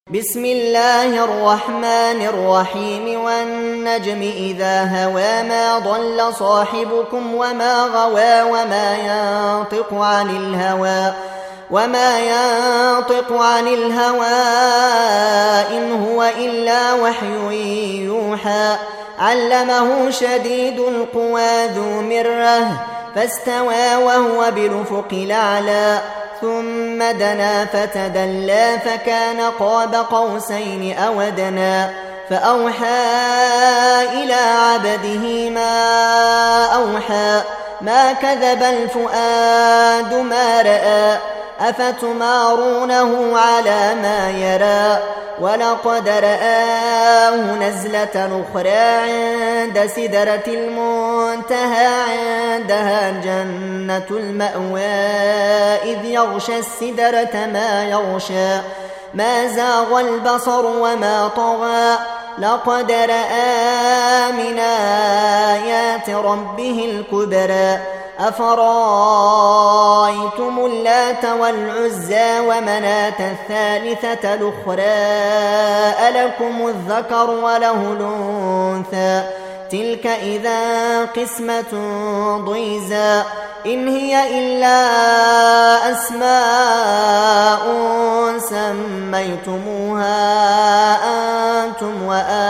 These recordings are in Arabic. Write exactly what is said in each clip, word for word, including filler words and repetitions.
بسم الله الرحمن الرحيم والنجم إذا هوى ما ضل صاحبكم وما غوى وما ينطق عن الهوى وما ينطق عن الهوى إن هو إلا وحي يوحى علمه شديد القوى ذو مرة فاستوى وهو بالأفق الأعلى ثم دنا فتدلى فكان قاب قوسين أو أدنى فأوحى إلى عبده ما أوحى ما كذب الفؤاد ما رأى أفتمارونه على ما يرى ولقد رآه نزلة أخرى عند سدرة المنتهى عندها جنة المأوى إذ يغشى السدرة ما يغشى ما زاغ البصر وما طغى لقد رأى من آيات ربه الكبرى أفرأيتم اللات والعزى ومناة الثالثة الأخرى ألكم الذكر وله الأنثى تلك إذا قسمة ضيزى إن هي إلا أسماء سميتموها أنتم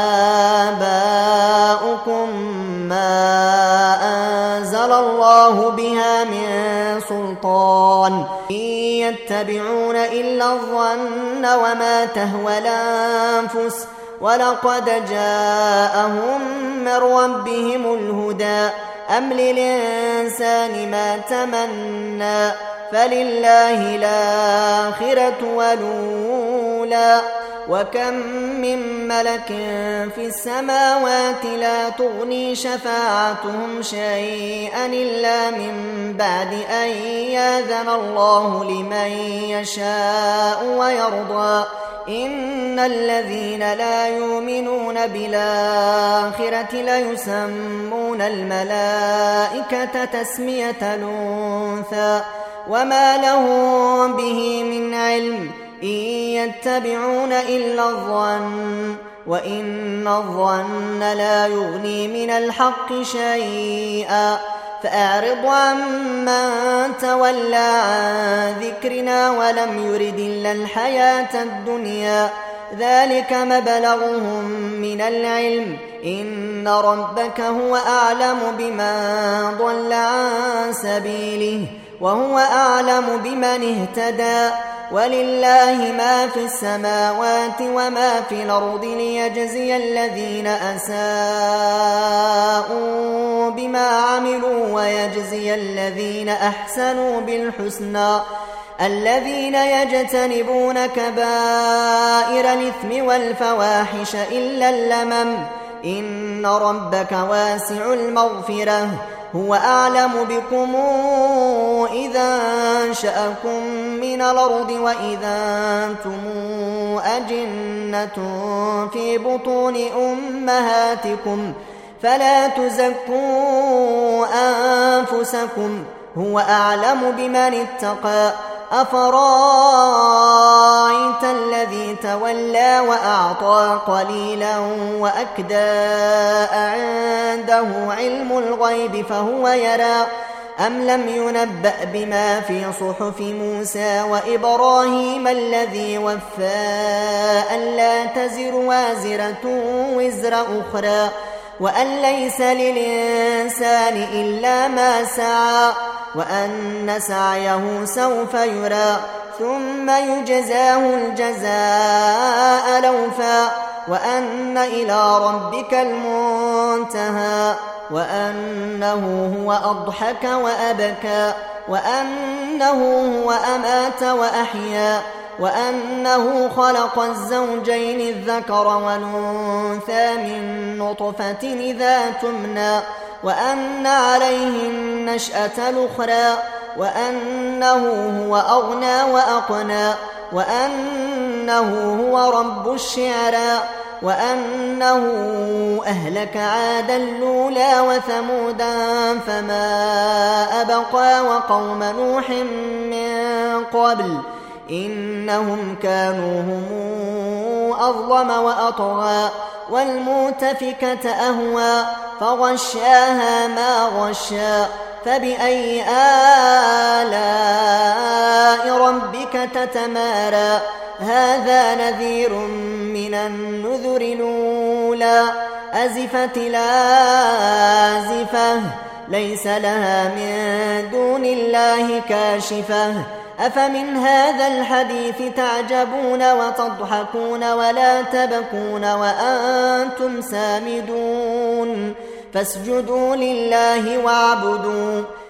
وآباؤكم ما أنزل الله بها من سلطان إن يتبعون إلا الظن وما تهوى الأنفس ولقد جاءهم من ربهم الهدى أم للإنسان ما تمنى فلله الآخرة والأولى وكم من ملك في السماوات لا تغني شفاعتهم شيئا إلا من بعد أن يأذن الله لمن يشاء ويرضى إن الذين لا يؤمنون بالآخرة ليسمون الملائكة تسمية الأنثى وما لهم به من علم إن يتبعون إلا الظن وإن الظن لا يغني من الحق شيئا فأعرض عمن تولى عن ذكرنا ولم يرد إلا الحياة الدنيا ذلك مبلغهم من العلم إن ربك هو أعلم بمن ضل عن سبيله وهو أعلم بمن اهتدى ولله ما في السماوات وما في الأرض ليجزي الذين أساءوا بما عملوا ويجزي الذين أحسنوا بالحسنى الذين يجتنبون كبائر الإثم والفواحش إلا اللمم إن ربك واسع المغفرة هو أعلم بكم إذا أنشأكم من الأرض وإذا أنتم أجنة في بطون أمهاتكم فلا تزكوا أنفسكم هو أعلم بمن اتقى أفرأيت الذي تولى وأعطى قليلا وأكدى عنده علم الغيب فهو يرى أم لم ينبأ بما في صحف موسى وإبراهيم الذي وفى ألا تزر وازرة وزر أخرى وأن ليس للإنسان إلا ما سعى وأن سعيه سوف يرى ثم يجزاه الجزاء الأوفى وأن إلى ربك المنتهى وأنه هو أضحك وأبكى وأنه هو أمات وأحيا وأنه خلق الزوجين الذكر والأنثى من نطفة إذا تمنى وأن عليه النشأة الأخرى وأنه هو أغنى وأقنى وأنه هو رب الشعرى وأنه أهلك عادا الأولى وثمودا فما أبقى وقوم نوح من قبل إنهم كانوا هم أظلم وأطغى والمؤتفكة أهوى فغشاها ما غشا فبأي آلاء ربك تتمارى هذا نذير من النذر الأولى أزفت الآزفة ليس لها من دون الله كاشفة أفمن هذا الحديث تعجبون وتضحكون ولا تبكون وأنتم سامدون فاسجدوا لله واعبدوا